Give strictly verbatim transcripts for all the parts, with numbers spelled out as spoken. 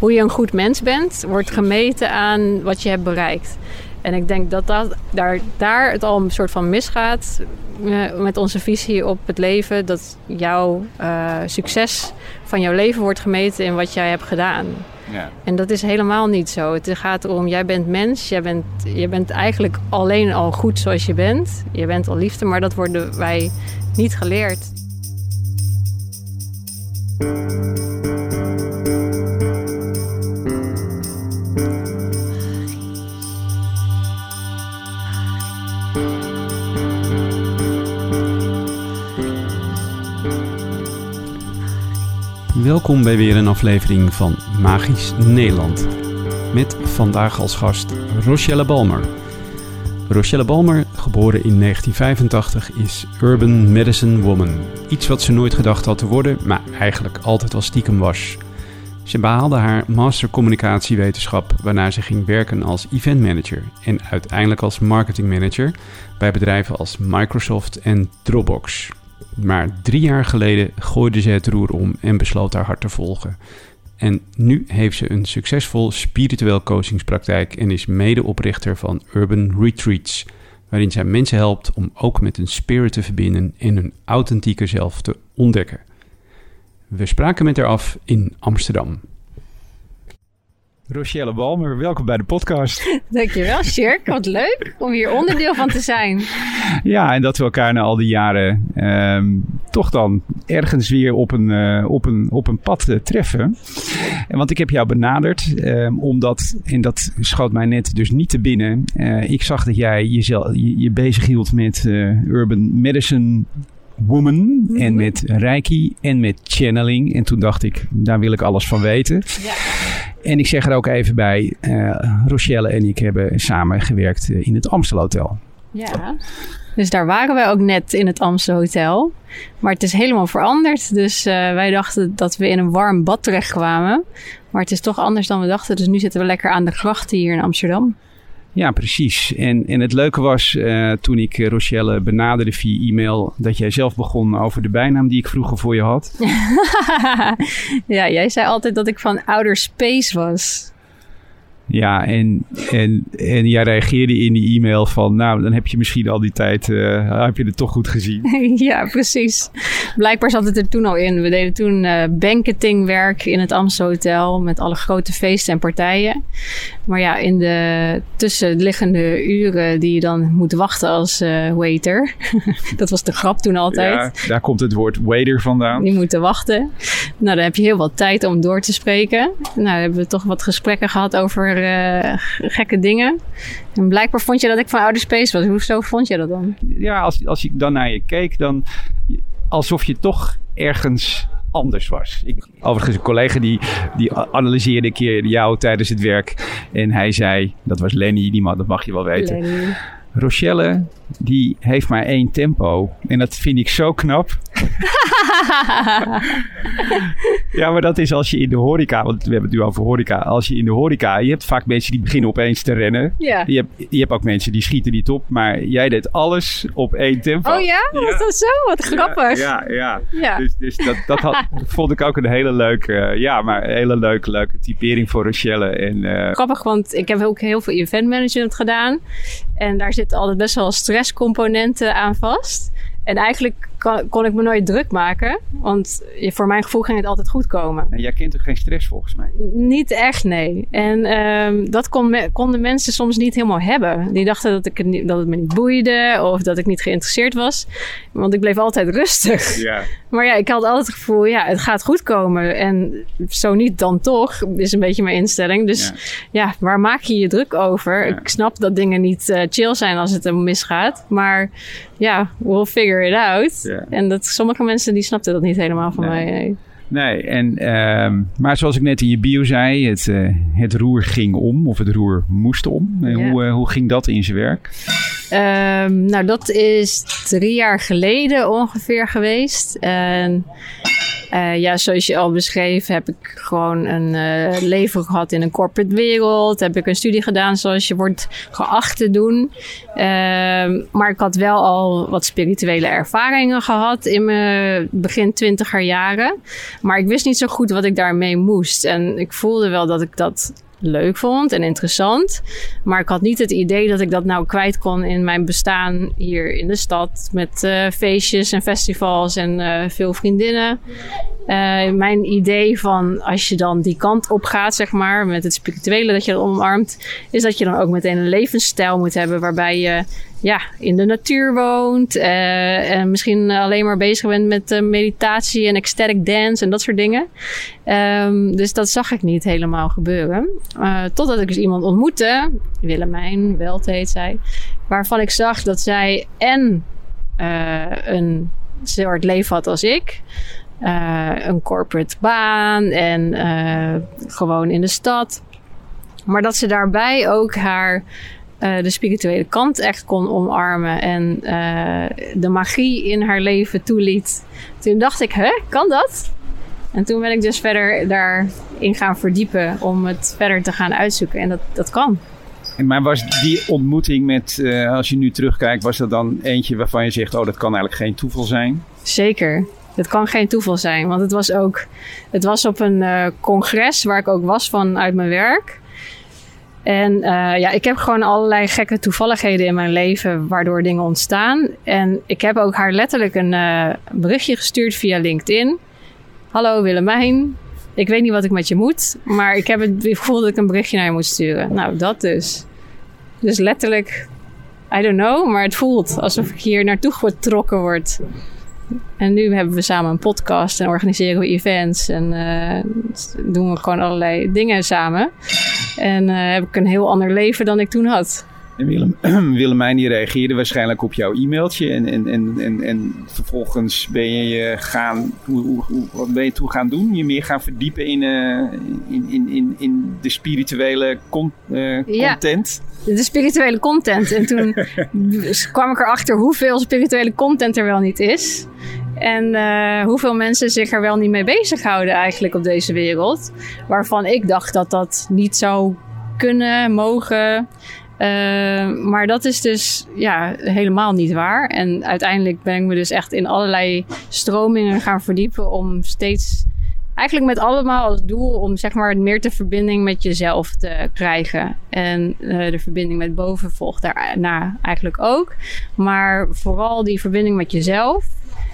hoe je een goed mens bent, wordt gemeten aan wat je hebt bereikt. En ik denk dat, dat daar, daar het al een soort van misgaat uh, met onze visie op het leven. Dat jouw uh, succes van jouw leven wordt gemeten in wat jij hebt gedaan. Ja. En dat is helemaal niet zo. Het gaat erom, jij bent mens. Jij bent, je bent eigenlijk alleen al goed zoals je bent. Je bent al liefde, maar dat worden wij niet geleerd. Welkom bij weer een aflevering van Magisch Nederland. Met vandaag als gast Rochelle Balmer. Rochelle Balmer, geboren in negentien vijfentachtig, is Urban Medicine Woman. Iets wat ze nooit gedacht had te worden, maar eigenlijk altijd al stiekem was. Ze behaalde haar master communicatiewetenschap, waarna ze ging werken als event manager en uiteindelijk als marketing manager bij bedrijven als Microsoft en Dropbox. Maar drie jaar geleden gooide ze het roer om en besloot haar hart te volgen. En nu heeft ze een succesvol spiritueel coachingspraktijk en is medeoprichter van Urban Retreats, waarin zij mensen helpt om ook met hun spirit te verbinden en hun authentieke zelf te ontdekken. We spraken met haar af in Amsterdam. Rochelle Balmer, welkom bij de podcast. Dankjewel, Sjerk. Wat leuk om hier onderdeel van te zijn. Ja, en dat we elkaar na al die jaren um, toch dan ergens weer op een, uh, op een, op een pad uh, treffen. En want ik heb jou benaderd, um, omdat, en dat schoot mij net dus niet te binnen. Uh, ik zag dat jij jezelf, je, je bezig hield met uh, Urban Medicine Woman mm-hmm. en met Reiki en met channeling. En toen dacht ik, daar wil ik alles van weten. Ja. En ik zeg er ook even bij, uh, Rochelle en ik hebben samen gewerkt uh, in het Amstel Hotel. Ja, dus daar waren wij ook net in het Amstel Hotel. Maar het is helemaal veranderd. Dus uh, wij dachten dat we in een warm bad terechtkwamen. Maar het is toch anders dan we dachten. Dus nu zitten we lekker aan de grachten hier in Amsterdam. Ja, precies. En, en het leuke was uh, toen ik uh, Rochelle benaderde via e-mail, dat jij zelf begon over de bijnaam die ik vroeger voor je had. Ja, jij zei altijd dat ik van outer space was. Ja, en, en, en jij reageerde in die e-mail van, nou, dan heb je misschien al die tijd, uh, heb je het toch goed gezien. Ja, precies. Blijkbaar zat het er toen al in. We deden toen uh, banquetingwerk in het Amstel Hotel met alle grote feesten en partijen. Maar ja, in de tussenliggende uren die je dan moet wachten als uh, waiter. Dat was de grap toen altijd. Ja, daar komt het woord waiter vandaan. Die moeten wachten. Nou, dan heb je heel wat tijd om door te spreken. Nou, hebben we toch wat gesprekken gehad over Uh, gekke dingen. En blijkbaar vond je dat ik van outer space was. Hoezo vond je dat dan? Ja, als, als ik dan naar je keek, dan alsof je toch ergens anders was. Ik, overigens een collega die, die analyseerde een keer jou tijdens het werk. En hij zei, dat was Lenny, die man, dat mag je wel weten. Lenny. Rochelle, die heeft maar één tempo. En dat vind ik zo knap. Ja, maar dat is als je in de horeca, want we hebben het nu over horeca. Als je in de horeca, je hebt vaak mensen die beginnen opeens te rennen. Ja. Je, hebt, je hebt ook mensen die schieten niet op. Maar jij deed alles op één tempo. Oh ja? Ja. Was dat zo? Wat grappig. Ja, ja. ja. ja. Dus, dus dat, dat had, vond ik ook een hele leuke, ja, maar een hele leuke, leuke typering voor Rochelle. En, uh, grappig, want ik heb ook heel veel event management gedaan. En daar zitten altijd best wel stresscomponenten aan vast. En eigenlijk kon, kon ik me nooit druk maken. Want voor mijn gevoel ging het altijd goed komen. En jij kent ook geen stress volgens mij? Niet echt, nee. En um, dat kon me, konden mensen soms niet helemaal hebben. Die dachten dat, ik het niet, dat het me niet boeide. Of dat ik niet geïnteresseerd was. Want ik bleef altijd rustig. Ja. Maar ja, ik had altijd het gevoel, ja, het gaat goed komen. En zo niet, dan toch, is een beetje mijn instelling. Dus ja, ja waar maak je je druk over? Ja. Ik snap dat dingen niet uh, chill zijn als het er misgaat. Maar ja, we'll figure it out. Ja. En dat sommige mensen die snapten dat niet helemaal van nee. mij. Nee, nee en, uh, maar zoals ik net in je bio zei, het, uh, het roer ging om. Of het roer moest om. En ja. hoe, uh, hoe ging dat in zijn werk? Um, nou, dat is drie jaar geleden ongeveer geweest. En Uh, ja, zoals je al beschreef, heb ik gewoon een uh, leven gehad in een corporate wereld. Heb ik een studie gedaan zoals je wordt geacht te doen. Uh, maar ik had wel al wat spirituele ervaringen gehad in mijn begin twintiger jaren. Maar ik wist niet zo goed wat ik daarmee moest. En ik voelde wel dat ik dat leuk vond en interessant. Maar ik had niet het idee dat ik dat nou kwijt kon in mijn bestaan hier in de stad. Met uh, feestjes en festivals en uh, veel vriendinnen. Uh, mijn idee van als je dan die kant op gaat, zeg maar, met het spirituele dat je dat omarmt, is dat je dan ook meteen een levensstijl moet hebben waarbij je ja, in de natuur woont uh, en misschien alleen maar bezig bent met uh, meditatie en ecstatic dance en dat soort dingen. Um, dus dat zag ik niet helemaal gebeuren. Uh, totdat ik dus iemand ontmoette, Willemijn Welt heet zij, waarvan ik zag dat zij en uh, een soort leven had als ik. Uh, een corporate baan en uh, gewoon in de stad. Maar dat ze daarbij ook haar uh, de spirituele kant echt kon omarmen en uh, de magie in haar leven toeliet. Toen dacht ik, hè, kan dat? En toen ben ik dus verder daarin gaan verdiepen om het verder te gaan uitzoeken. En dat, dat kan. Maar was die ontmoeting met, uh, als je nu terugkijkt, was dat dan eentje waarvan je zegt, oh, dat kan eigenlijk geen toeval zijn? Zeker. Het kan geen toeval zijn, want het was ook, het was op een uh, congres waar ik ook was vanuit mijn werk. En uh, ja, ik heb gewoon allerlei gekke toevalligheden in mijn leven waardoor dingen ontstaan. En ik heb ook haar letterlijk een uh, berichtje gestuurd via LinkedIn. Hallo Willemijn, ik weet niet wat ik met je moet, maar ik heb het gevoel dat ik een berichtje naar je moet sturen. Nou, dat dus. Dus letterlijk, I don't know, maar het voelt alsof ik hier naartoe getrokken word. En nu hebben we samen een podcast en organiseren we events en uh, doen we gewoon allerlei dingen samen. En uh, heb ik een heel ander leven dan ik toen had. En Willem, Willemijn die reageerde waarschijnlijk op jouw e-mailtje en, en, en, en, en vervolgens ben je gaan, hoe, hoe, hoe, wat ben je toen gaan doen? Je meer gaan verdiepen in, uh, in, in, in, in de spirituele con, uh, content? Ja, de spirituele content. En toen kwam ik erachter hoeveel spirituele content er wel niet is. En uh, hoeveel mensen zich er wel niet mee bezighouden eigenlijk op deze wereld. Waarvan ik dacht dat dat niet zou kunnen, mogen. Uh, maar dat is dus ja, helemaal niet waar. En uiteindelijk ben ik me dus echt in allerlei stromingen gaan verdiepen om steeds, eigenlijk met allemaal als doel om zeg maar meer de verbinding met jezelf te krijgen. En uh, de verbinding met boven volgt daarna eigenlijk ook. Maar vooral die verbinding met jezelf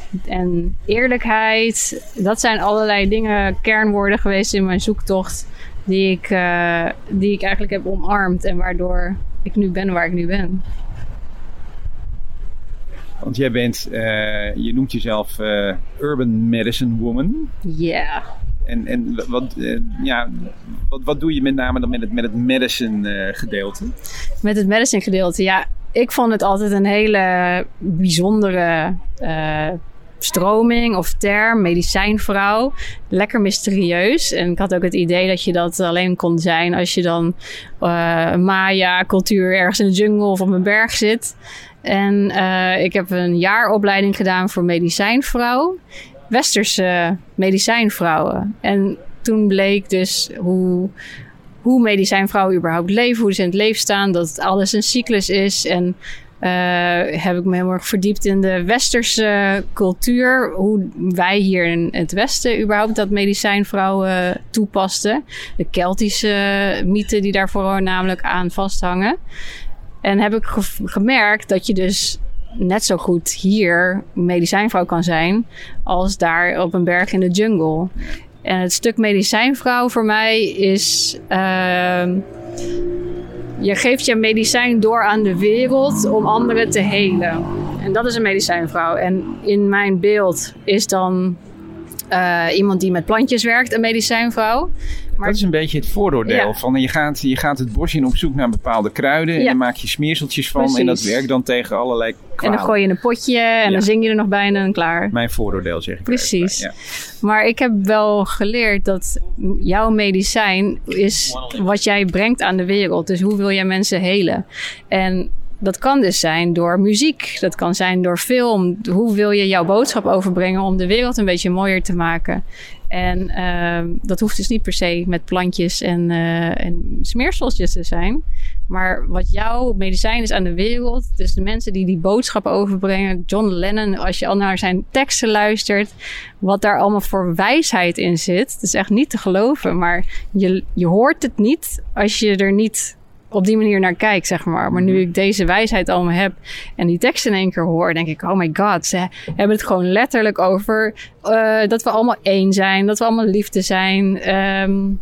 en eerlijkheid. Dat zijn allerlei dingen, kernwoorden geweest in mijn zoektocht die ik, uh, die ik eigenlijk heb omarmd en waardoor ik nu ben waar ik nu ben. Want jij bent, uh, je noemt jezelf uh, Urban Medicine Woman. Ja. Yeah. En, en wat, uh, ja, wat, wat doe je met name dan met het, met het medicine uh, gedeelte? Met het medicine gedeelte, ja. Ik vond het altijd een hele bijzondere uh, stroming of term, medicijnvrouw. Lekker mysterieus. En ik had ook het idee dat je dat alleen kon zijn als je dan uh, Maya-cultuur ergens in de jungle of op een berg zit. En uh, ik heb een jaaropleiding gedaan voor medicijnvrouw. Westerse medicijnvrouwen. En toen bleek dus hoe, hoe medicijnvrouwen überhaupt leven, hoe ze in het leven staan, dat alles een cyclus is. En Uh, heb ik me heel erg verdiept in de westerse cultuur. Hoe wij hier in het Westen überhaupt dat medicijnvrouwen toepasten. De Keltische mythen die daar voornamelijk aan vasthangen. En heb ik ge- gemerkt dat je dus net zo goed hier medicijnvrouw kan zijn als daar op een berg in de jungle. En het stuk medicijnvrouw voor mij is Uh, je geeft je medicijn door aan de wereld om anderen te helen. En dat is een medicijnvrouw. En in mijn beeld is dan uh, iemand die met plantjes werkt een medicijnvrouw. Maar dat is een beetje het vooroordeel. Ja. Van je, gaat, je gaat het bos in op zoek naar bepaalde kruiden. Ja. En dan maak je smeerseltjes van. Precies. En dat werkt dan tegen allerlei kwalen. En dan gooi je in een potje en ja. dan zing je er nog bijna en klaar. Mijn vooroordeel zeg ik. Precies. Ja. Maar ik heb wel geleerd dat jouw medicijn is wat jij brengt aan de wereld. Dus hoe wil jij mensen helen? En dat kan dus zijn door muziek. Dat kan zijn door film. Hoe wil je jouw boodschap overbrengen om de wereld een beetje mooier te maken? En uh, dat hoeft dus niet per se met plantjes en, uh, en smeerseltjes te zijn. Maar wat jouw medicijn is aan de wereld. Dus de mensen die die boodschap overbrengen. John Lennon, als je al naar zijn teksten luistert. Wat daar allemaal voor wijsheid in zit. Het is echt niet te geloven. Maar je, je hoort het niet als je er niet op die manier naar kijkt, zeg maar. Maar nu ik deze wijsheid allemaal heb en die tekst in één keer hoor, denk ik, oh my god, ze hebben het gewoon letterlijk over uh, dat we allemaal één zijn, dat we allemaal liefde zijn. Um,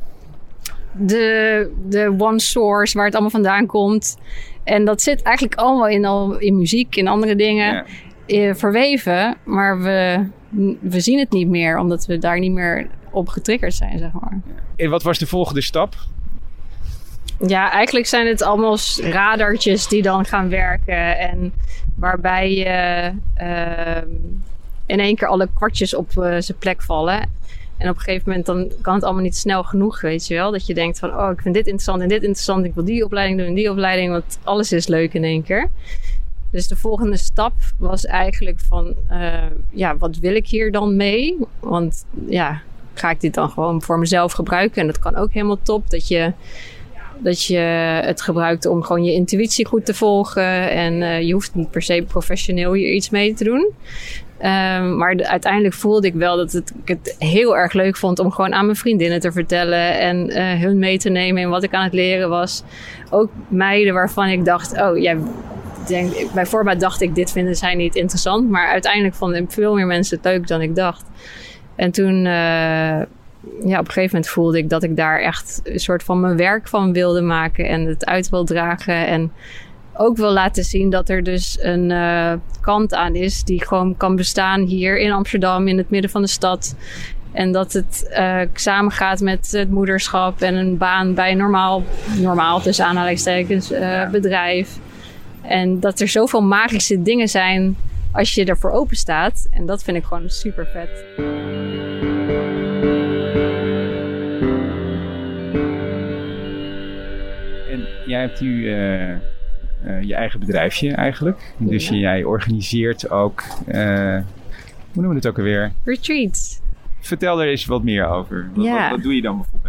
de, de one source, waar het allemaal vandaan komt. En dat zit eigenlijk allemaal in, al, in muziek, in andere dingen ja. verweven. Maar we, we zien het niet meer, omdat we daar niet meer op getriggerd zijn, zeg maar. En wat was de volgende stap? Ja, eigenlijk zijn het allemaal radartjes die dan gaan werken. En waarbij je uh, in één keer alle kwartjes op uh, zijn plek vallen. En op een gegeven moment dan kan het allemaal niet snel genoeg, weet je wel. Dat je denkt van, oh, ik vind dit interessant en dit interessant. Ik wil die opleiding doen en die opleiding, want alles is leuk in één keer. Dus de volgende stap was eigenlijk van, uh, ja, wat wil ik hier dan mee? Want ja, ga ik dit dan gewoon voor mezelf gebruiken? En dat kan ook helemaal top, dat je... Dat je het gebruikt om gewoon je intuïtie goed te volgen. En uh, je hoeft niet per se professioneel hier iets mee te doen. Um, maar de, uiteindelijk voelde ik wel dat het, ik het heel erg leuk vond om gewoon aan mijn vriendinnen te vertellen. En uh, hun mee te nemen in wat ik aan het leren was. Ook meiden waarvan ik dacht, oh jij denkt, bij voorbaat dacht ik, dit vinden zij niet interessant. Maar uiteindelijk vonden veel meer mensen het leuk dan ik dacht. En toen... Uh, Ja, op een gegeven moment voelde ik dat ik daar echt een soort van mijn werk van wilde maken en het uit wil dragen. En ook wil laten zien dat er dus een uh, kant aan is die gewoon kan bestaan hier in Amsterdam, in het midden van de stad. En dat het uh, samengaat met het moederschap en een baan bij een normaal, normaal tussen aanhalingstekens, uh, bedrijf. En dat er zoveel magische dingen zijn als je ervoor open staat. En dat vind ik gewoon super vet. Jij hebt nu uh, uh, je eigen bedrijfje eigenlijk. Ja. Dus jij organiseert ook, uh, hoe noemen we het ook alweer? Retreats. Vertel er eens wat meer over. Wat, ja. wat, wat doe je dan bijvoorbeeld?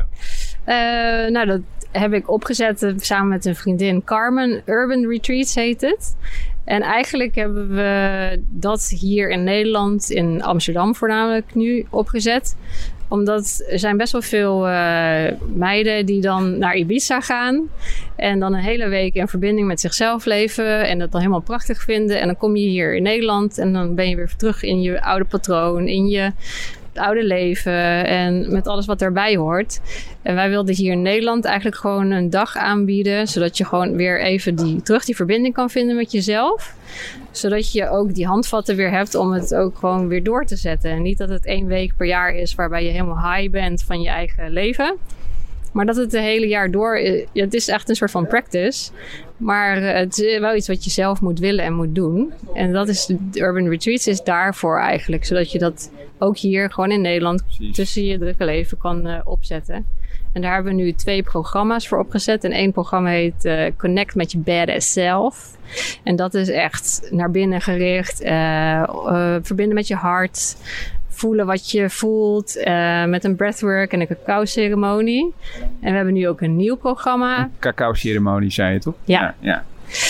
Uh, nou, dat heb ik opgezet samen met een vriendin. Carmen Urban Retreats heet het. En eigenlijk hebben we dat hier in Nederland, in Amsterdam voornamelijk nu, opgezet. Omdat er zijn best wel veel uh, meiden die dan naar Ibiza gaan. En dan een hele week in verbinding met zichzelf leven. En dat dan helemaal prachtig vinden. En dan kom je hier in Nederland. En dan ben je weer terug in je oude patroon. In je oude leven. En met alles wat daarbij hoort. En wij wilden hier in Nederland eigenlijk gewoon een dag aanbieden. Zodat je gewoon weer even die, terug die verbinding kan vinden met jezelf. Zodat je ook die handvatten weer hebt om het ook gewoon weer door te zetten. En niet dat het één week per jaar is waarbij je helemaal high bent van je eigen leven. Maar dat het het hele jaar door... Het is echt een soort van practice. Maar het is wel iets wat je zelf moet willen en moet doen. En dat is... De Urban Retreats is daarvoor eigenlijk. Zodat je dat ook hier gewoon in Nederland Precies. tussen je drukke leven kan uh, opzetten. En daar hebben we nu twee programma's voor opgezet. En één programma heet uh, Connect met je Badass Self. En dat is echt naar binnen gericht. Uh, uh, verbinden met je hart. Voelen wat je voelt. Uh, met een breathwork en een cacao-ceremonie. En we hebben nu ook een nieuw programma. Een cacao-ceremonie, zei je toch? Ja. ja, ja.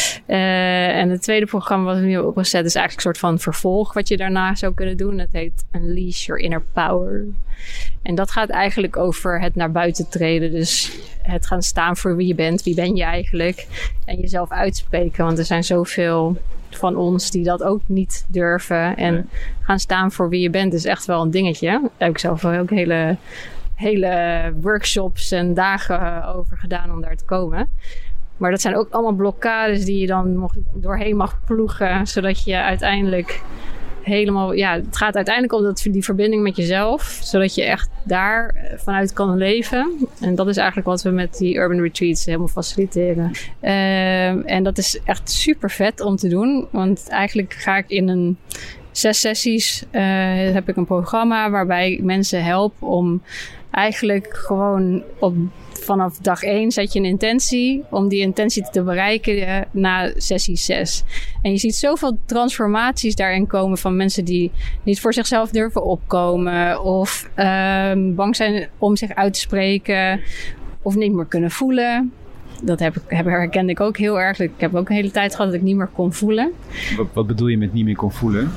Uh, en het tweede programma wat we nu hebben opgezet is eigenlijk een soort van vervolg wat je daarna zou kunnen doen. Dat heet Unleash Your Inner Power. En dat gaat eigenlijk over het naar buiten treden. Dus het gaan staan voor wie je bent. Wie ben je eigenlijk? En jezelf uitspreken. Want er zijn zoveel van ons die dat ook niet durven. En nee. gaan staan voor wie je bent is echt wel een dingetje. Daar heb ik zelf ook hele, hele workshops en dagen over gedaan om daar te komen. Maar dat zijn ook allemaal blokkades die je dan nog doorheen mag ploegen. Zodat je uiteindelijk helemaal... Ja, het gaat uiteindelijk om dat, die verbinding met jezelf. Zodat je echt daar vanuit kan leven. En dat is eigenlijk wat we met die Urban Retreats helemaal faciliteren. Uh, en dat is echt super vet om te doen. Want eigenlijk ga ik in een... Zes sessies uh, heb ik een programma waarbij ik mensen help om eigenlijk gewoon op vanaf dag één zet je een intentie om die intentie te bereiken na sessie zes. En je ziet zoveel transformaties daarin komen van mensen die niet voor zichzelf durven opkomen of um, bang zijn om zich uit te spreken of niet meer kunnen voelen. Dat heb ik, heb, herkende ik ook heel erg. Ik heb ook een hele tijd gehad dat ik niet meer kon voelen. Wat, wat bedoel je met niet meer kon voelen?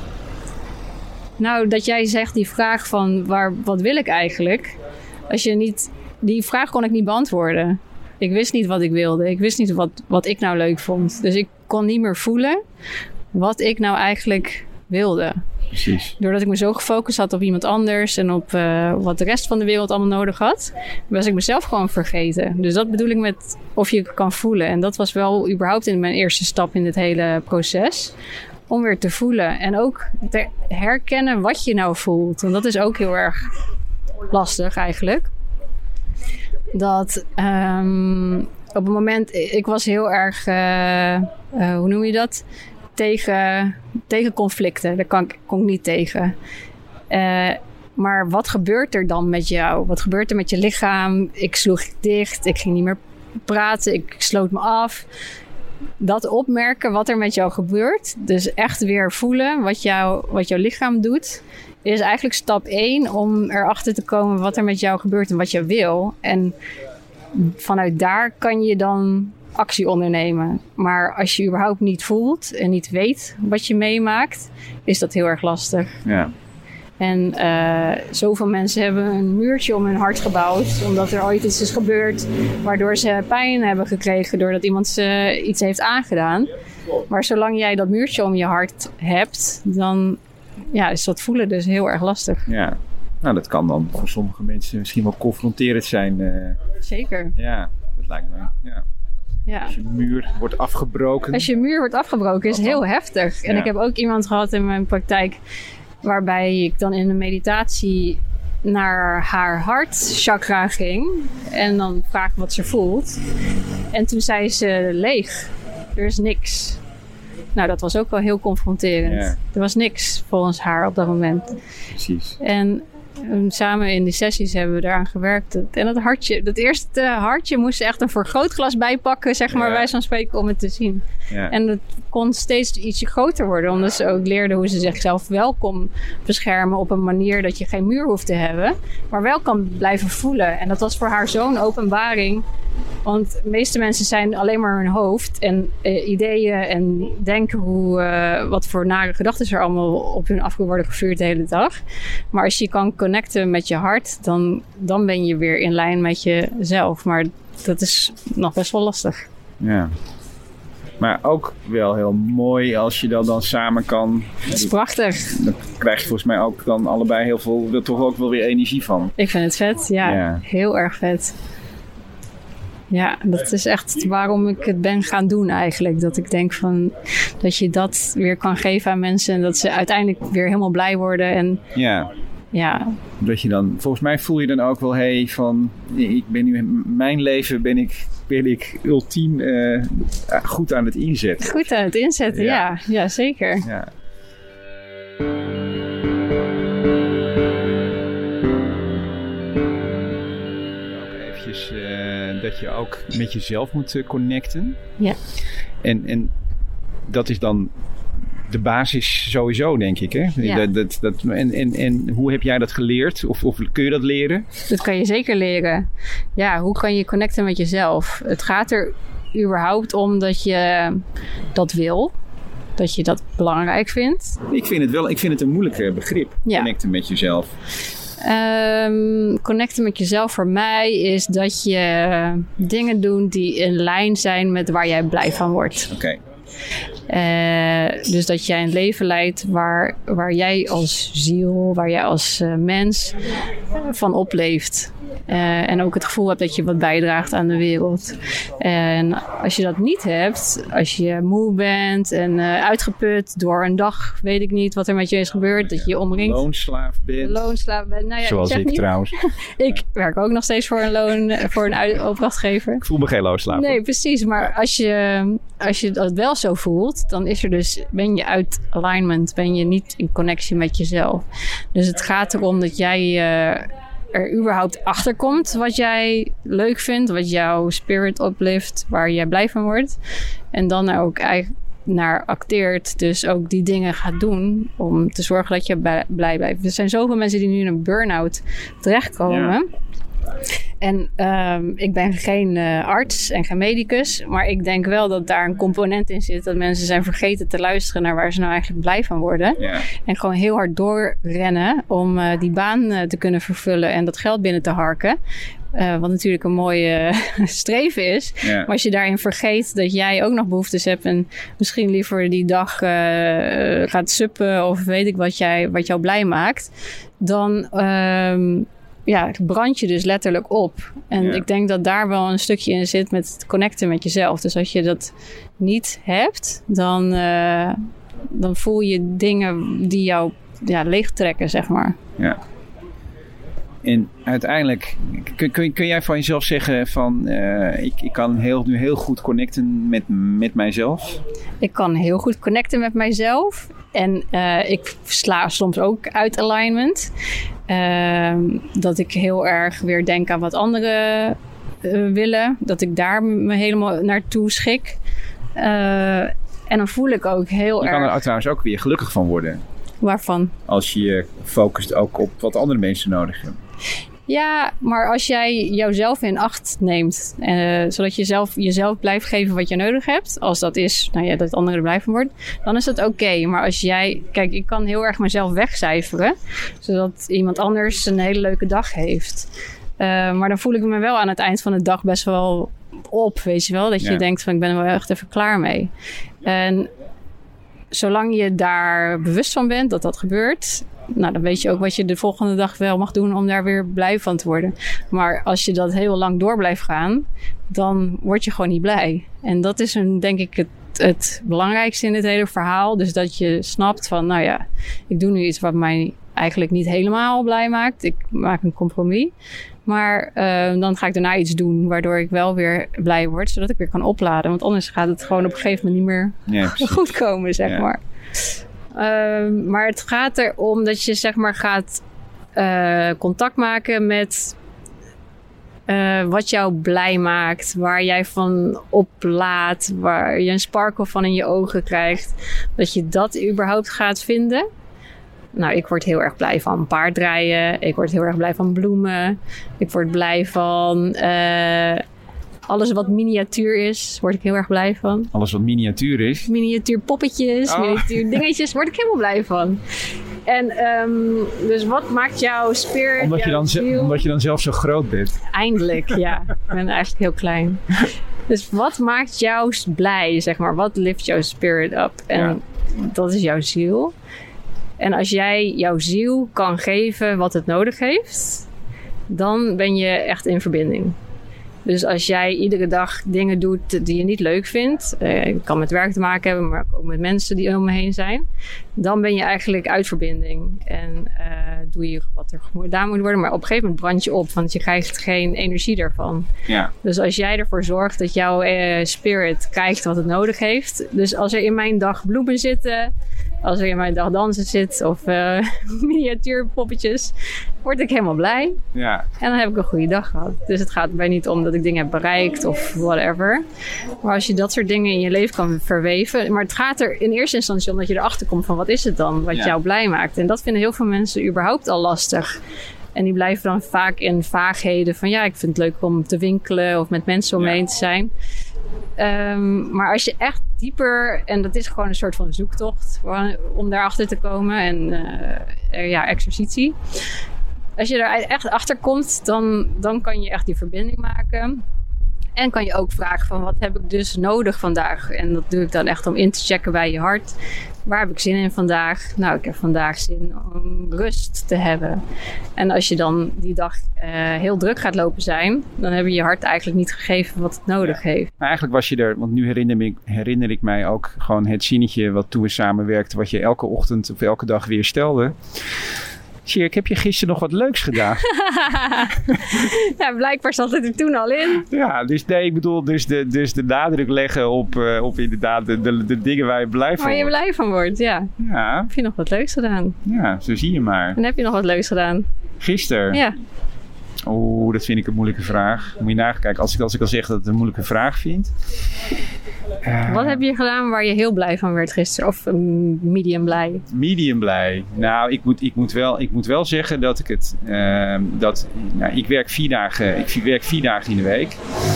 Nou, dat jij zegt die vraag van waar, wat wil ik eigenlijk? Als je niet, die vraag kon ik niet beantwoorden. Ik wist niet wat ik wilde. Ik wist niet wat, wat ik nou leuk vond. Dus ik kon niet meer voelen wat ik nou eigenlijk wilde. Precies. Doordat ik me zo gefocust had op iemand anders en op uh, wat de rest van de wereld allemaal nodig had, was ik mezelf gewoon vergeten. Dus dat bedoel ik met of je kan voelen. En dat was wel überhaupt in mijn eerste stap in dit hele proces. Om weer te voelen. En ook te herkennen wat je nou voelt. Want dat is ook heel erg lastig eigenlijk. Dat um, op het moment, ik was heel erg, uh, uh, hoe noem je dat? Tegen, tegen conflicten. Daar kan ik, kon ik niet tegen. Uh, maar wat gebeurt er dan met jou? Wat gebeurt er met je lichaam? Ik sloeg dicht. Ik ging niet meer praten. Ik sloot me af. Dat opmerken wat er met jou gebeurt. Dus echt weer voelen wat, jou, wat jouw lichaam doet. Is eigenlijk stap één om erachter te komen wat er met jou gebeurt en wat je wil. En vanuit daar kan je dan actie ondernemen. Maar als je überhaupt niet voelt en niet weet wat je meemaakt, is dat heel erg lastig. Ja. En uh, zoveel mensen hebben een muurtje om hun hart gebouwd, omdat er ooit iets is gebeurd waardoor ze pijn hebben gekregen doordat iemand ze iets heeft aangedaan. Maar zolang jij dat muurtje om je hart hebt, dan ja, is dat voelen dus heel erg lastig. Ja, nou dat kan dan voor sommige mensen misschien wel confronterend zijn. Uh, Zeker. Ja, dat lijkt me. Ja. Ja. Als je muur wordt afgebroken. Als je muur wordt afgebroken is het heel heftig. En ja. Ik heb ook iemand gehad in mijn praktijk waarbij ik dan in een meditatie naar haar hartchakra ging. En dan vraag wat ze voelt. En toen zei ze leeg. Er is niks. Nou, dat was ook wel heel confronterend. Ja. Er was niks volgens haar op dat moment. Precies. En um, samen in die sessies hebben we daaraan gewerkt. En dat hartje, dat eerste hartje moest ze echt een vergrootglas bijpakken, zeg maar, ja. Wij van spreken, om het te zien. Ja. En het kon steeds ietsje groter worden, omdat ze ook leerde hoe ze zichzelf wel kon beschermen op een manier dat je geen muur hoeft te hebben, maar wel kan blijven voelen. En dat was voor haar zo'n openbaring. Want de meeste mensen zijn alleen maar hun hoofd en uh, ideeën en denken hoe, uh, wat voor nare gedachten er allemaal op hun af worden gevuurd de hele dag. Maar als je kan connecten met je hart, dan, dan ben je weer in lijn met jezelf. Maar dat is nog best wel lastig. Ja. Maar ook wel heel mooi als je dat dan samen kan. Dat is prachtig. Dan krijg je volgens mij ook dan allebei heel veel, er toch ook wel weer energie van. Ik vind het vet, ja. ja. Heel erg vet. Ja, dat is echt waarom ik het ben gaan doen eigenlijk. Dat ik denk van dat je dat weer kan geven aan mensen en dat ze uiteindelijk weer helemaal blij worden. En ja. Ja. Dat je dan, volgens mij voel je dan ook wel, hey, van ik ben nu in mijn leven ben ik, ben ik ultiem uh, goed aan het inzetten. Goed aan het inzetten, ja. Ja, ja zeker. Ja. Uh, dat je ook met jezelf moet uh, connecten. Ja. En, en dat is dan de basis sowieso, denk ik. Hè? Ja. Dat, dat, dat, en, en, en hoe heb jij dat geleerd? Of, of kun je dat leren? Dat kan je zeker leren. Ja, hoe kan je connecten met jezelf? Het gaat er überhaupt om dat je dat wil. Dat je dat belangrijk vindt. Ik vind het wel, ik vind het een moeilijk begrip. Ja. Connecten met jezelf. Um, connecten met jezelf voor mij is dat je dingen doet die in lijn zijn met waar jij blij van wordt. Oké. Okay. Uh, dus dat jij een leven leidt waar, waar jij als ziel, waar jij als uh, mens van opleeft. Uh, en ook het gevoel hebt dat je wat bijdraagt aan de wereld. En als je dat niet hebt, als je moe bent en uh, uitgeput door een dag, weet ik niet wat er met je is gebeurd, dat je je omringt. Loonslaaf bent. Loonslaaf bent. Nou ja, zoals ik, ik niet. trouwens. Ik werk ook nog steeds voor een loon, voor een opdrachtgever. Ik voel me geen loonslaaf. Nee, precies. Maar als je, als je dat wel zo voelt, dan is er dus, ben je uit alignment, ben je niet in connectie met jezelf. Dus het gaat erom dat jij uh, er überhaupt achter komt wat jij leuk vindt, wat jouw spirit uplift, waar jij blij van wordt. En dan ook eigenlijk naar acteert, dus ook die dingen gaat doen om te zorgen dat je blij blijft. Er zijn zoveel mensen die nu in een burn-out terechtkomen. Ja. En um, ik ben geen uh, arts en geen medicus, maar ik denk wel dat daar een component in zit dat mensen zijn vergeten te luisteren naar waar ze nou eigenlijk blij van worden. Ja. En gewoon heel hard doorrennen om uh, die baan uh, te kunnen vervullen en dat geld binnen te harken. Uh, wat natuurlijk een mooie uh, streven is. Ja. Maar als je daarin vergeet dat jij ook nog behoeftes hebt en misschien liever die dag uh, gaat suppen of weet ik wat, jij, wat jou blij maakt, dan uh, ja, brand je dus letterlijk op. En ja. ik denk dat daar wel een stukje in zit met het connecten met jezelf. Dus als je dat niet hebt, dan, uh, dan voel je dingen die jou ja, leegtrekken, zeg maar. Ja. En uiteindelijk, kun, kun, kun jij van jezelf zeggen van uh, ik, ik kan heel, nu heel goed connecten met, met mijzelf? Ik kan heel goed connecten met mijzelf. En uh, ik sla soms ook uit alignment. Uh, dat ik heel erg weer denk aan wat anderen uh, willen. Dat ik daar me helemaal naartoe schik. Uh, en dan voel ik ook heel erg... Je kan er trouwens ook weer gelukkig van worden. Waarvan? Als je je focust ook op wat andere mensen nodig hebben. Ja, maar als jij jouzelf in acht neemt, uh, zodat je zelf, jezelf blijft geven wat je nodig hebt, als dat is, nou ja, dat anderen er blij van wordt, dan is dat oké. Okay. Maar als jij, kijk, ik kan heel erg mezelf wegcijferen, zodat iemand anders een hele leuke dag heeft. Uh, maar dan voel ik me wel aan het eind van de dag best wel op, weet je wel. Dat je ja. denkt van, ik ben er wel echt even klaar mee. En zolang je daar bewust van bent dat dat gebeurt, nou, dan weet je ook wat je de volgende dag wel mag doen om daar weer blij van te worden. Maar als je dat heel lang door blijft gaan, dan word je gewoon niet blij. En dat is een, denk ik het, het belangrijkste in dit hele verhaal. Dus dat je snapt van, nou ja, ik doe nu iets wat mij eigenlijk niet helemaal blij maakt. Ik maak een compromis. Maar uh, dan ga ik daarna iets doen waardoor ik wel weer blij word, zodat ik weer kan opladen. Want anders gaat het gewoon op een gegeven moment niet meer ja, goed komen, zeg ja. maar. Uh, maar het gaat erom dat je zeg maar gaat uh, contact maken met uh, wat jou blij maakt, waar jij van oplaadt, waar je een sparkle van in je ogen krijgt. Dat je dat überhaupt gaat vinden. Nou, ik word heel erg blij van paardrijden. Ik word heel erg blij van bloemen. Ik word blij van uh, alles wat miniatuur is. Word ik heel erg blij van. Alles wat miniatuur is? Miniatuur poppetjes, oh. miniatuur dingetjes. Word ik helemaal blij van. En um, dus wat maakt jouw spirit... Omdat je, dan ze- omdat je dan zelf zo groot bent. Eindelijk, ja. Ik ben eigenlijk heel klein. Dus wat maakt jou blij, zeg maar? Wat lift jouw spirit up? En ja. dat is jouw ziel. En als jij jouw ziel kan geven wat het nodig heeft, dan ben je echt in verbinding. Dus als jij iedere dag dingen doet die je niet leuk vindt, eh, het kan met werk te maken hebben, maar ook met mensen die om me heen zijn, dan ben je eigenlijk uit verbinding. En uh, doe je wat er gedaan moet worden, maar op een gegeven moment brand je op, want je krijgt geen energie daarvan. Ja. Dus als jij ervoor zorgt dat jouw uh, spirit krijgt wat het nodig heeft, dus als er in mijn dag bloemen zitten, als er in mijn dag dansen zit of uh, miniatuurpoppetjes, word ik helemaal blij. Ja. En dan heb ik een goede dag gehad. Dus het gaat er mij niet om dat ik dingen heb bereikt of whatever. Maar als je dat soort dingen in je leven kan verweven. Maar het gaat er in eerste instantie om dat je erachter komt van wat is het dan wat ja. jou blij maakt. En dat vinden heel veel mensen überhaupt al lastig. En die blijven dan vaak in vaagheden van ja, ik vind het leuk om te winkelen of met mensen om me heen te zijn. Um, maar als je echt dieper, en dat is gewoon een soort van zoektocht om daarachter te komen en uh, ja, exercitie. Als je er echt achter komt, dan, dan kan je echt die verbinding maken. En kan je ook vragen van wat heb ik dus nodig vandaag? En dat doe ik dan echt om in te checken bij je hart. Waar heb ik zin in vandaag? Nou, ik heb vandaag zin om rust te hebben. En als je dan die dag uh, heel druk gaat lopen zijn, dan heb je je hart eigenlijk niet gegeven wat het nodig ja. heeft. Maar eigenlijk was je er, want nu herinner ik, herinner ik mij ook gewoon het zinnetje wat toen we samenwerkten, wat je elke ochtend of elke dag weer stelde. Sjerk, heb je gisteren nog wat leuks gedaan? Ja, blijkbaar zat het er toen al in. Ja, dus nee, ik bedoel, dus de, dus de nadruk leggen op, uh, op inderdaad de, de, de dingen waar je blij van wordt. Waar je wordt. blij van wordt, ja. ja. Heb je nog wat leuks gedaan? Ja, zo zie je maar. En heb je nog wat leuks gedaan? Gisteren? Ja. Oeh, dat vind ik een moeilijke vraag. Moet je nakijken, als ik, als ik al zeg dat het een moeilijke vraag vind. Uh, Wat heb je gedaan waar je heel blij van werd gisteren? Of um, medium blij? Medium blij. Nou, ik moet, ik moet, wel, ik moet wel zeggen dat ik het... Uh, dat, nou, ik, werk vier dagen, ik werk vier dagen in de week.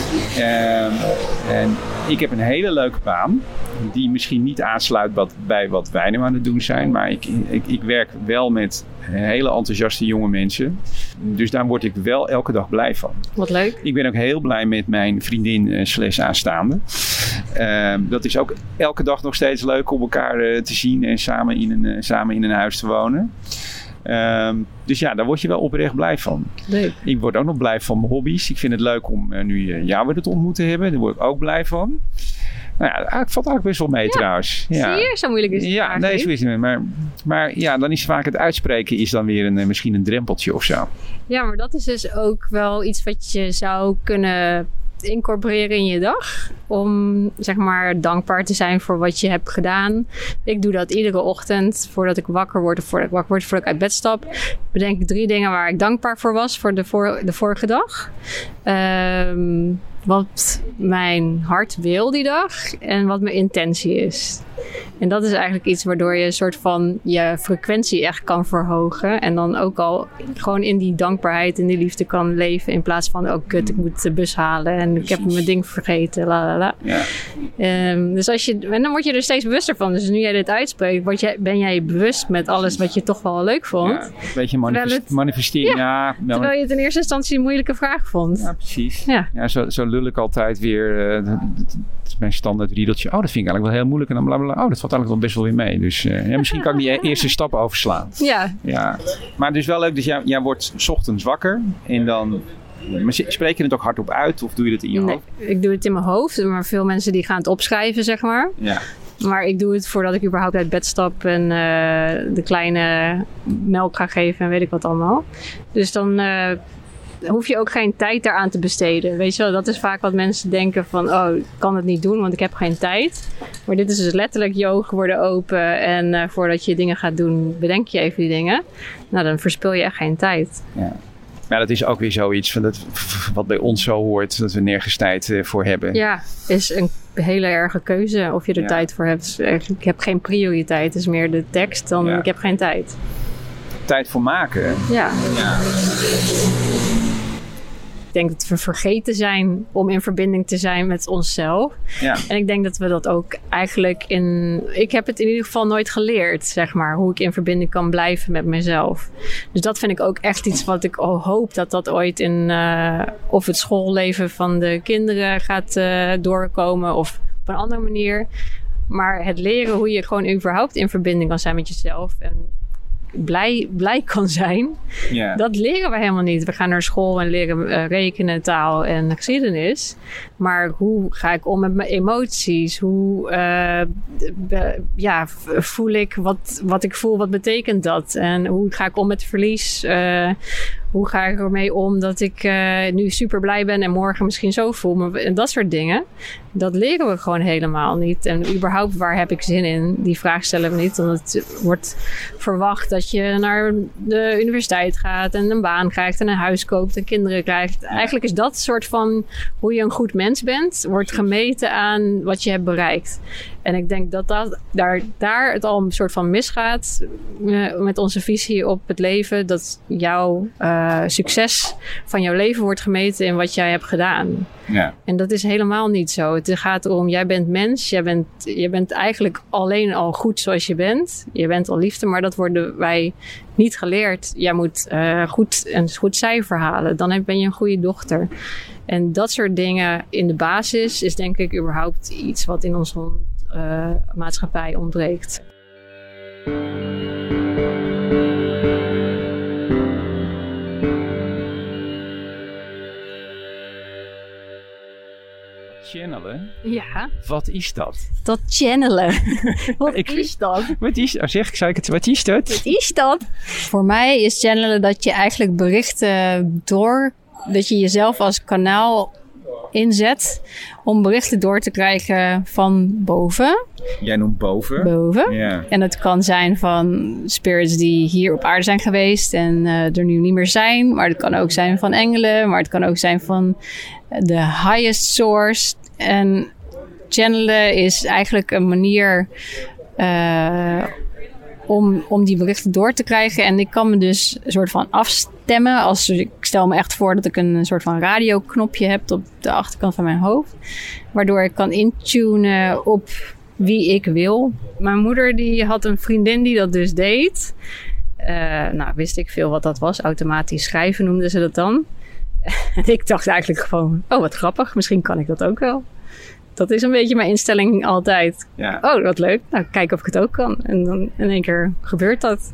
Uh, en ik heb een hele leuke baan. Die misschien niet aansluit wat, bij wat wij nu aan het doen zijn. Maar ik, ik, ik werk wel met hele enthousiaste jonge mensen. Dus daar word ik wel elke dag blij van. Wat leuk. Ik ben ook heel blij met mijn vriendin uh, slash aanstaande. Uh, dat is ook elke dag nog steeds leuk om elkaar uh, te zien en samen in een, uh, samen in een huis te wonen. Uh, dus ja, daar word je wel oprecht blij van. Leuk. Ik word ook nog blij van mijn hobby's. Ik vind het leuk om uh, nu uh, jou weer te ontmoeten hebben. Daar word ik ook blij van. Nou ja, het valt eigenlijk best wel mee ja. trouwens. Ja. Zie je, zo moeilijk is het. Ja, nee, zo is het niet. Maar, maar ja, dan is vaak het uitspreken is dan weer een, misschien een drempeltje of zo. Ja, maar dat is dus ook wel iets wat je zou kunnen incorporeren in je dag. Om zeg maar dankbaar te zijn voor wat je hebt gedaan. Ik doe dat iedere ochtend voordat ik wakker word. Of voordat ik wakker word, voordat ik uit bed stap. Bedenk ik drie dingen waar ik dankbaar voor was voor de, voor, de vorige dag. Um, wat mijn hart wil die dag. En wat mijn intentie is. En dat is eigenlijk iets waardoor je een soort van je frequentie echt kan verhogen. En dan ook al gewoon in die dankbaarheid en die liefde kan leven. In plaats van, oh kut, ik moet de bus halen. En Precies. ik heb mijn ding vergeten. La, la, la. Ja. Um, dus als je, en dan word je er steeds bewuster van. Dus nu jij dit uitspreekt, word je, ben jij bewust met alles wat je toch wel leuk vond. Ja, een beetje manifest, het, manifesteren. Ja, ja, terwijl je het in eerste instantie een moeilijke vraag vond. Ja, precies. Ja, ja zo, zo lul ik altijd weer. Uh, dat is mijn standaard riedeltje. Oh, dat vind ik eigenlijk wel heel moeilijk. En dan blablabla. Oh, dat valt eigenlijk wel best wel weer mee. Dus uh, ja, misschien kan ik die eerste stap overslaan. Ja. ja. Maar het is wel leuk. Dus jij, jij wordt 's ochtends wakker. En dan... Maar spreek je het ook hardop uit? Of doe je het in je nee, hoofd? Ik doe het in mijn hoofd. Maar veel mensen die gaan het opschrijven, zeg maar. Ja. Maar ik doe het voordat ik überhaupt uit bed stap. En uh, de kleine melk ga geven. En weet ik wat allemaal. Dus dan... Uh, hoef je ook geen tijd daaraan te besteden. Weet je wel, dat is vaak wat mensen denken van... oh, ik kan het niet doen, want ik heb geen tijd. Maar dit is dus letterlijk je ogen worden open... en uh, voordat je dingen gaat doen, bedenk je even die dingen. Nou, dan verspil je echt geen tijd. Ja. Maar dat is ook weer zoiets van dat, wat bij ons zo hoort... dat we nergens tijd uh, voor hebben. Ja, is een hele erge keuze of je er ja. tijd voor hebt. Ik heb geen prioriteit, het is meer de tekst dan ja. ik heb geen tijd. Tijd voor maken. Ja. ja. Ik denk dat we vergeten zijn om in verbinding te zijn met onszelf. Ja. En ik denk dat we dat ook eigenlijk in... Ik heb het in ieder geval nooit geleerd, zeg maar. Hoe ik in verbinding kan blijven met mezelf. Dus dat vind ik ook echt iets wat ik hoop dat dat ooit in... Uh, of het schoolleven van de kinderen gaat uh, doorkomen. Of op een andere manier. Maar het leren hoe je gewoon überhaupt in verbinding kan zijn met jezelf. En blij, blij kan zijn. Yeah. Dat leren we helemaal niet. We gaan naar school en leren uh, rekenen, taal en geschiedenis. Maar hoe ga ik om met mijn emoties? Hoe uh, be, ja, voel ik wat, wat ik voel? Wat betekent dat? En hoe ga ik om met verlies? Uh, hoe ga ik ermee om dat ik uh, nu super blij ben en morgen misschien zo voel? Maar, en dat soort dingen. Dat leren we gewoon helemaal niet. En überhaupt, waar heb ik zin in? Die vraag stellen we niet. Want het wordt verwacht dat je naar de universiteit gaat en een baan krijgt en een huis koopt en kinderen krijgt. Eigenlijk is dat soort van hoe je een goed mens bent, wordt gemeten aan wat je hebt bereikt. En ik denk dat, dat daar, daar het al een soort van misgaat uh, met onze visie op het leven. Dat jouw uh, succes van jouw leven wordt gemeten in wat jij hebt gedaan. Ja. En dat is helemaal niet zo. Het gaat erom, jij bent mens. Jij bent, je bent eigenlijk alleen al goed zoals je bent. Je bent al liefde, maar dat worden wij niet geleerd. Jij moet uh, goed, een goed cijfer halen. Dan ben je een goede dochter. En dat soort dingen in de basis is denk ik überhaupt iets wat in onze uh, maatschappij ontbreekt. Channelen? Ja. Wat is dat? Dat channelen. Wat ik, is dat? Wat is, oh zeg, zei ik het, wat is dat? Wat is dat? Voor mij is channelen dat je eigenlijk berichten door... dat je jezelf als kanaal inzet om berichten door te krijgen van boven. Jij noemt boven? Boven. Ja. En het kan zijn van spirits die hier op aarde zijn geweest en uh, er nu niet meer zijn. Maar het kan ook zijn van engelen, maar het kan ook zijn van de highest source. En channelen is eigenlijk een manier uh, om, om die berichten door te krijgen. En ik kan me dus een soort van afstemmen. Als, ik stel me echt voor dat ik een soort van radioknopje heb op de achterkant van mijn hoofd. Waardoor ik kan intunen op wie ik wil. Mijn moeder die had een vriendin die dat dus deed. Uh, nou, wist ik veel wat dat was. Automatisch schrijven noemden ze dat dan. En ik dacht eigenlijk gewoon, oh wat grappig, misschien kan ik dat ook wel. Dat is een beetje mijn instelling altijd. Ja. Oh, wat leuk. Nou, kijk of ik het ook kan. En dan in één keer gebeurt dat.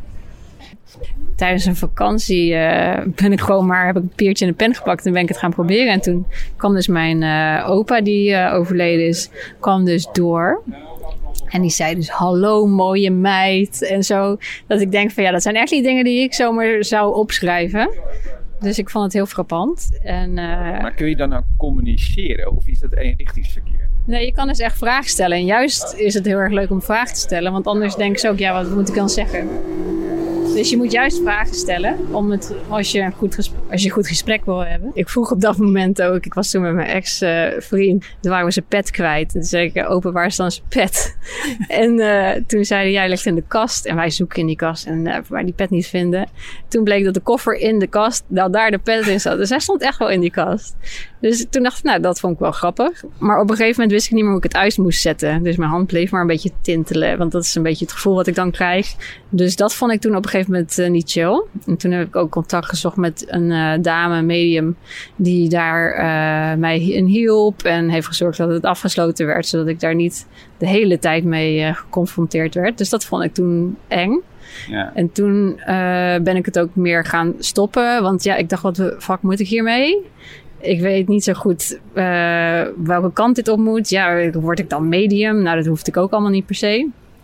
Tijdens een vakantie uh, ben ik gewoon maar, heb ik een papiertje en een pen gepakt en ben ik het gaan proberen. En toen kwam dus mijn uh, opa, die uh, overleden is, kwam dus door. En die zei dus, hallo mooie meid en zo. Dat ik denk van ja, dat zijn echt niet dingen die ik zomaar zou opschrijven. Dus ik vond het heel frappant. En, uh, maar kun je dan nou communiceren of is dat eenrichtingsverkeer? Nee, je kan dus echt vragen stellen. En juist is het heel erg leuk om vragen te stellen. Want anders denken ze ook, ja, wat moet ik dan zeggen? Dus je moet juist vragen stellen om het, als je een goed gesprek, als je een goed gesprek wil hebben. Ik vroeg op dat moment ook, ik was toen met mijn ex-vriend, uh, toen waren we zijn pet kwijt. En toen zei ik, opa, waar is dan zijn pet? En uh, toen zei hij, jij ligt in de kast. En wij zoeken in die kast en uh, waar die pet niet vinden. Toen bleek dat de koffer in de kast, dat daar de pet in zat. Dus hij stond echt wel in die kast. Dus toen dacht ik, nou, dat vond ik wel grappig. Maar op een gegeven moment wist ik niet meer hoe ik het uit moest zetten. Dus mijn hand bleef maar een beetje tintelen. Want dat is een beetje het gevoel wat ik dan krijg. Dus dat vond ik toen op een gegeven moment uh, niet chill. En toen heb ik ook contact gezocht met een uh, dame, een medium, die daar uh, mij in hielp. En heeft gezorgd dat het afgesloten werd. Zodat ik daar niet de hele tijd mee uh, geconfronteerd werd. Dus dat vond ik toen eng. Ja. En toen uh, ben ik het ook meer gaan stoppen. Want ja, ik dacht, wat de fuck moet ik hiermee? Ik weet niet zo goed uh, welke kant dit op moet. Ja, word ik dan medium? Nou, dat hoefde ik ook allemaal niet per se.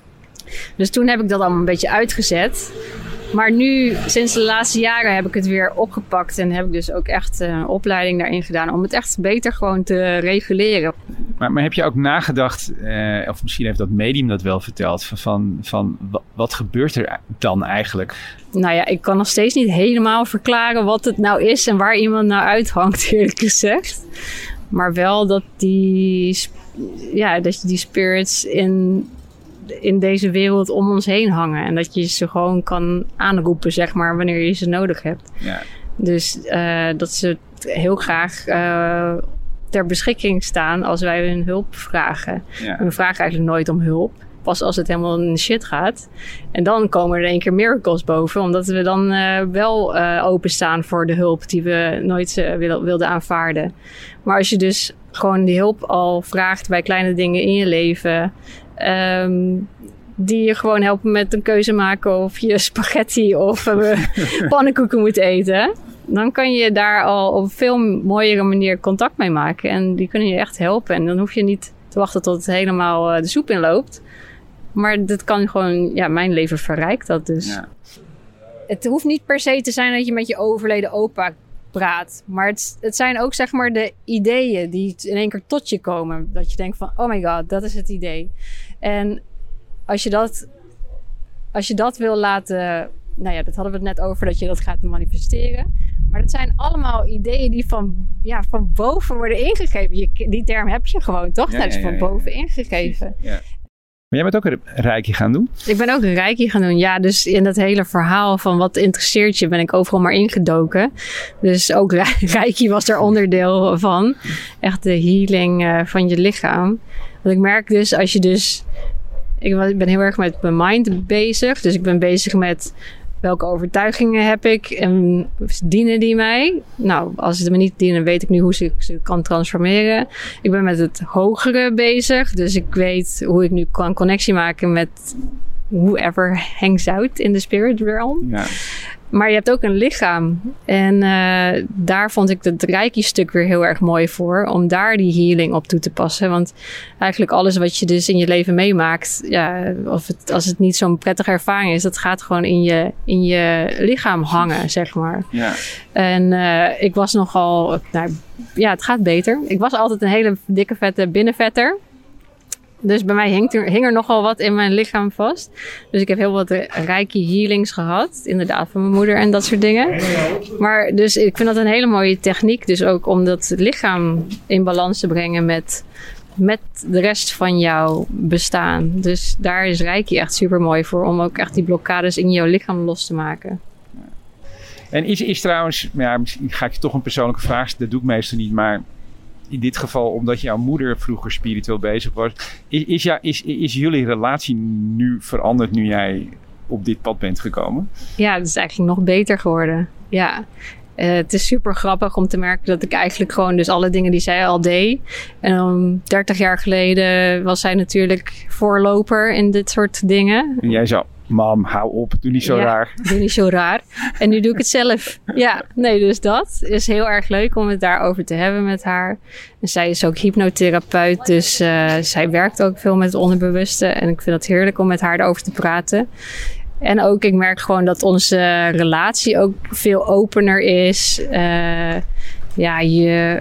Dus toen heb ik dat allemaal een beetje uitgezet. Maar nu, sinds de laatste jaren, heb ik het weer opgepakt. En heb ik dus ook echt een opleiding daarin gedaan. Om het echt beter gewoon te reguleren. Maar, maar heb je ook nagedacht, uh, of misschien heeft dat medium dat wel verteld. Van, van, van wat gebeurt er dan eigenlijk? Nou ja, ik kan nog steeds niet helemaal verklaren wat het nou is. En waar iemand nou uithangt, eerlijk gezegd. Maar wel dat die, ja, dat je die spirits in... in deze wereld om ons heen hangen. En dat je ze gewoon kan aanroepen, zeg maar, wanneer je ze nodig hebt. Ja. Dus uh, dat ze heel graag uh, ter beschikking staan als wij hun hulp vragen. Ja. En we vragen eigenlijk nooit om hulp. Pas als het helemaal in de shit gaat. En dan komen er in één keer miracles boven. Omdat we dan uh, wel uh, openstaan voor de hulp die we nooit uh, wil, wilden aanvaarden. Maar als je dus gewoon die hulp al vraagt bij kleine dingen in je leven... Um, die je gewoon helpen met een keuze maken of je spaghetti of uh, pannenkoeken moet eten. Dan kan je daar al op een veel mooiere manier contact mee maken. En die kunnen je echt helpen. En dan hoef je niet te wachten tot het helemaal uh, de soep inloopt. Maar dat kan gewoon, ja, mijn leven verrijkt dat dus. Ja. Het hoeft niet per se te zijn dat je met je overleden opa praat. Maar het, het zijn ook, zeg maar, de ideeën die in één keer tot je komen. Dat je denkt van, oh my god, dat is het idee. En als je dat, als je dat wil laten... Nou ja, dat hadden we het net over, dat je dat gaat manifesteren. Maar dat zijn allemaal ideeën die van, ja, van boven worden ingegeven. Je, die term heb je gewoon, toch? Ja, dat is ja, ja, van boven ja, ja. ingegeven. Ja. Maar jij bent ook een reiki gaan doen? Ik ben ook een reiki gaan doen, ja. Dus in dat hele verhaal van wat interesseert je, ben ik overal maar ingedoken. Dus ook reiki was er onderdeel van. Echt de healing uh, van je lichaam. Want ik merk dus, als je dus... Ik ben heel erg met mijn mind bezig. Dus ik ben bezig met welke overtuigingen heb ik en dienen die mij? Nou, als ze me niet dienen, weet ik nu hoe ik ze kan transformeren. Ik ben met het hogere bezig. Dus ik weet hoe ik nu kan connectie maken met whoever hangs out in the spirit realm. Ja. Maar je hebt ook een lichaam. En uh, daar vond ik het Reiki-stuk weer heel erg mooi voor. Om daar die healing op toe te passen. Want eigenlijk alles wat je dus in je leven meemaakt. Ja, of het, als het niet zo'n prettige ervaring is. Dat gaat gewoon in je, in je lichaam hangen, zeg maar. Ja. En uh, ik was nogal... Nou, ja, het gaat beter. Ik was altijd een hele dikke vette binnenvetter. Dus bij mij hing er, hing er nogal wat in mijn lichaam vast. Dus ik heb heel wat Reiki healings gehad. Inderdaad, van mijn moeder en dat soort dingen. Maar dus ik vind dat een hele mooie techniek. Dus ook om dat lichaam in balans te brengen met, met de rest van jouw bestaan. Dus daar is Reiki echt super mooi voor. Om ook echt die blokkades in jouw lichaam los te maken. En is, is trouwens, ja, misschien ga ik je toch een persoonlijke vraag stellen. Dat doe ik meestal niet, maar... In dit geval, omdat jouw moeder vroeger spiritueel bezig was. Is, is, ja, is, is jullie relatie nu veranderd nu jij op dit pad bent gekomen? Ja, het is eigenlijk nog beter geworden. Ja, uh, het is super grappig om te merken dat ik eigenlijk gewoon dus alle dingen die zij al deed. En um, dertig jaar geleden was zij natuurlijk voorloper in dit soort dingen. En jij zou... Mam, hou op, doe niet zo ja, raar. Doe niet zo raar. En nu doe ik het zelf. Ja, nee, dus dat is heel erg leuk om het daarover te hebben met haar. En zij is ook hypnotherapeut, dus uh, zij werkt ook veel met het onderbewuste. En ik vind het heerlijk om met haar erover te praten. En ook, ik merk gewoon dat onze relatie ook veel opener is. Uh, ja, je...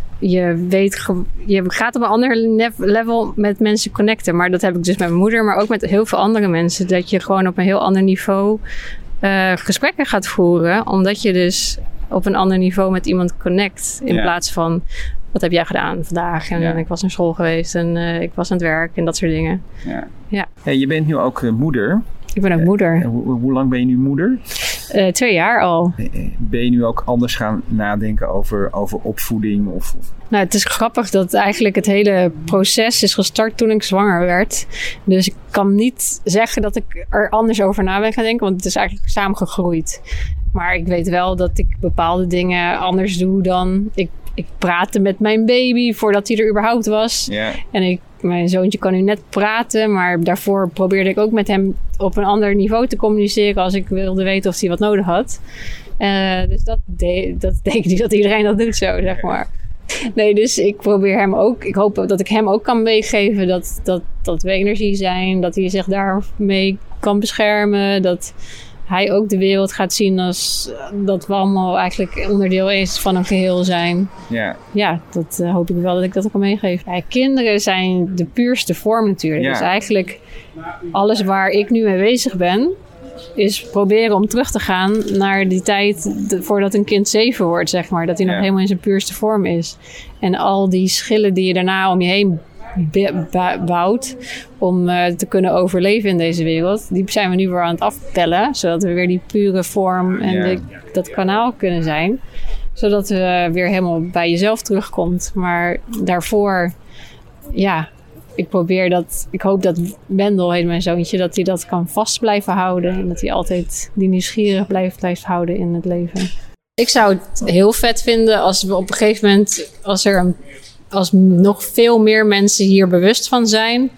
Je weet, je gaat op een ander level met mensen connecten. Maar dat heb ik dus met mijn moeder, maar ook met heel veel andere mensen. Dat je gewoon op een heel ander niveau uh, gesprekken gaat voeren. Omdat je dus op een ander niveau met iemand connect. In ja. plaats van, wat heb jij gedaan vandaag? En ja. ik was naar school geweest en uh, ik was aan het werk en dat soort dingen. Ja. Ja. Hey, je bent nu ook uh, moeder. Ik ben ook moeder. Uh, hoe, hoe lang ben je nu moeder? Uh, twee jaar al. Ben je nu ook anders gaan nadenken over, over opvoeding? Of, of... Nou, het is grappig dat eigenlijk het hele proces is gestart toen ik zwanger werd. Dus ik kan niet zeggen dat ik er anders over na ben gaan denken, want het is eigenlijk samengegroeid. Maar ik weet wel dat ik bepaalde dingen anders doe dan... Ik, ik praatte met mijn baby voordat hij er überhaupt was. Yeah. En ik, mijn zoontje kan nu net praten, maar daarvoor probeerde ik ook met hem op een ander niveau te communiceren als ik wilde weten of hij wat nodig had. Uh, dus dat, de, dat denk ik niet dat iedereen dat doet zo, zeg maar. Nee, dus ik probeer hem ook... Ik hoop dat ik hem ook kan meegeven dat, dat, dat we energie zijn. Dat hij zich daarmee kan beschermen. Dat hij ook de wereld gaat zien als dat we allemaal eigenlijk onderdeel is van een geheel zijn. Ja, ja dat uh, hoop ik wel dat ik dat kan meegeven. Ja, kinderen zijn de puurste vorm natuurlijk. Ja. Dus eigenlijk alles waar ik nu mee bezig ben, is proberen om terug te gaan naar die tijd de, voordat een kind zeven wordt, zeg maar. Dat hij nog ja. helemaal in zijn puurste vorm is. En al die schillen die je daarna om je heen be- ba- bouwt om uh, te kunnen overleven in deze wereld, die zijn we nu weer aan het afpellen, zodat we weer die pure vorm en ja. de, dat kanaal kunnen zijn. Zodat we weer helemaal bij jezelf terugkomt. Maar daarvoor, ja... Ik probeer dat, ik hoop dat Wendel, heet mijn zoontje, dat hij dat kan vast blijven houden. En dat hij altijd die nieuwsgierig blijft, blijft houden in het leven. Ik zou het heel vet vinden als we op een gegeven moment, als er een, als nog veel meer mensen hier bewust van zijn.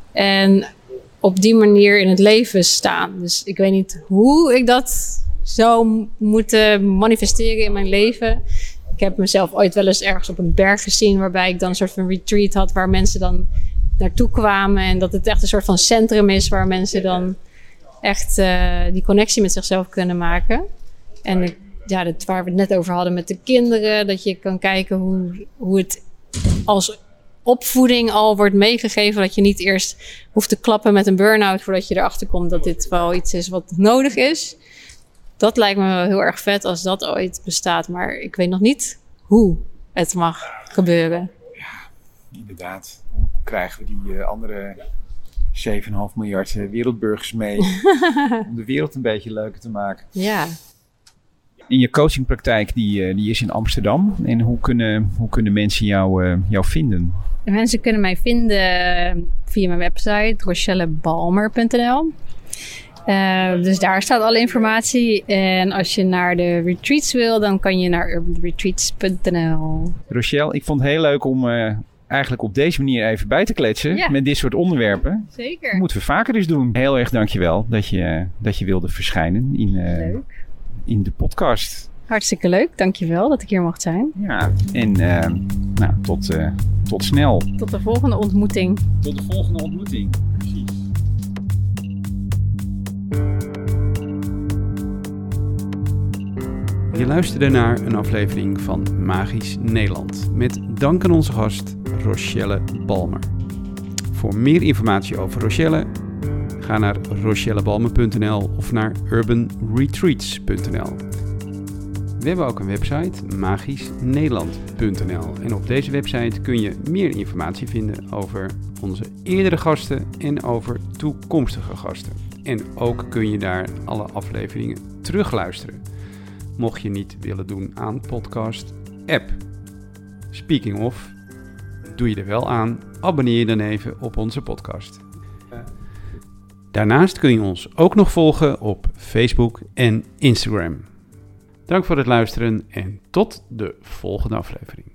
En op die manier in het leven staan. Dus ik weet niet hoe ik dat zou moeten manifesteren in mijn leven. Ik heb mezelf ooit wel eens ergens op een berg gezien, waarbij ik dan een soort van retreat had, waar mensen dan naartoe kwamen en dat het echt een soort van centrum is waar mensen dan echt uh, die connectie met zichzelf kunnen maken. En ik, ja, dat, waar we het net over hadden met de kinderen, dat je kan kijken hoe, hoe het als opvoeding al wordt meegegeven, dat je niet eerst hoeft te klappen met een burn-out voordat je erachter komt dat dit wel iets is wat nodig is. Dat lijkt me wel heel erg vet als dat ooit bestaat, maar ik weet nog niet hoe het mag gebeuren. Ja, inderdaad. Hoe krijgen we die uh, andere zeven komma vijf miljard uh, wereldburgers mee om de wereld een beetje leuker te maken? Ja. In je coachingpraktijk, die, uh, die is in Amsterdam. En hoe kunnen, hoe kunnen mensen jou, uh, jou vinden? Mensen kunnen mij vinden via mijn website rochelle balmer punt n l. Uh, dus daar staat alle informatie. En als je naar de retreats wil, dan kan je naar urban retreats punt n l. Rochelle, ik vond het heel leuk om uh, eigenlijk op deze manier even bij te kletsen. Ja. Met dit soort onderwerpen. Zeker. Dat moeten we vaker dus doen. Heel erg dankjewel dat je, dat je wilde verschijnen in, uh, in de podcast. Hartstikke leuk, dankjewel dat ik hier mocht zijn. Ja, en uh, nou, tot, uh, tot snel. Tot de volgende ontmoeting. Tot de volgende ontmoeting, precies. Je luisterde naar een aflevering van Magisch Nederland. Met dank aan onze gast Rochelle Balmer. Voor meer informatie over Rochelle, ga naar rochelle balmer punt n l of naar urban retreats punt n l. We hebben ook een website, magisch nederland punt n l. En op deze website kun je meer informatie vinden over onze eerdere gasten en over toekomstige gasten. En ook kun je daar alle afleveringen terugluisteren, mocht je niet willen doen aan podcast-app. Speaking of, doe je er wel aan, abonneer je dan even op onze podcast. Daarnaast kun je ons ook nog volgen op Facebook en Instagram. Dank voor het luisteren en tot de volgende aflevering.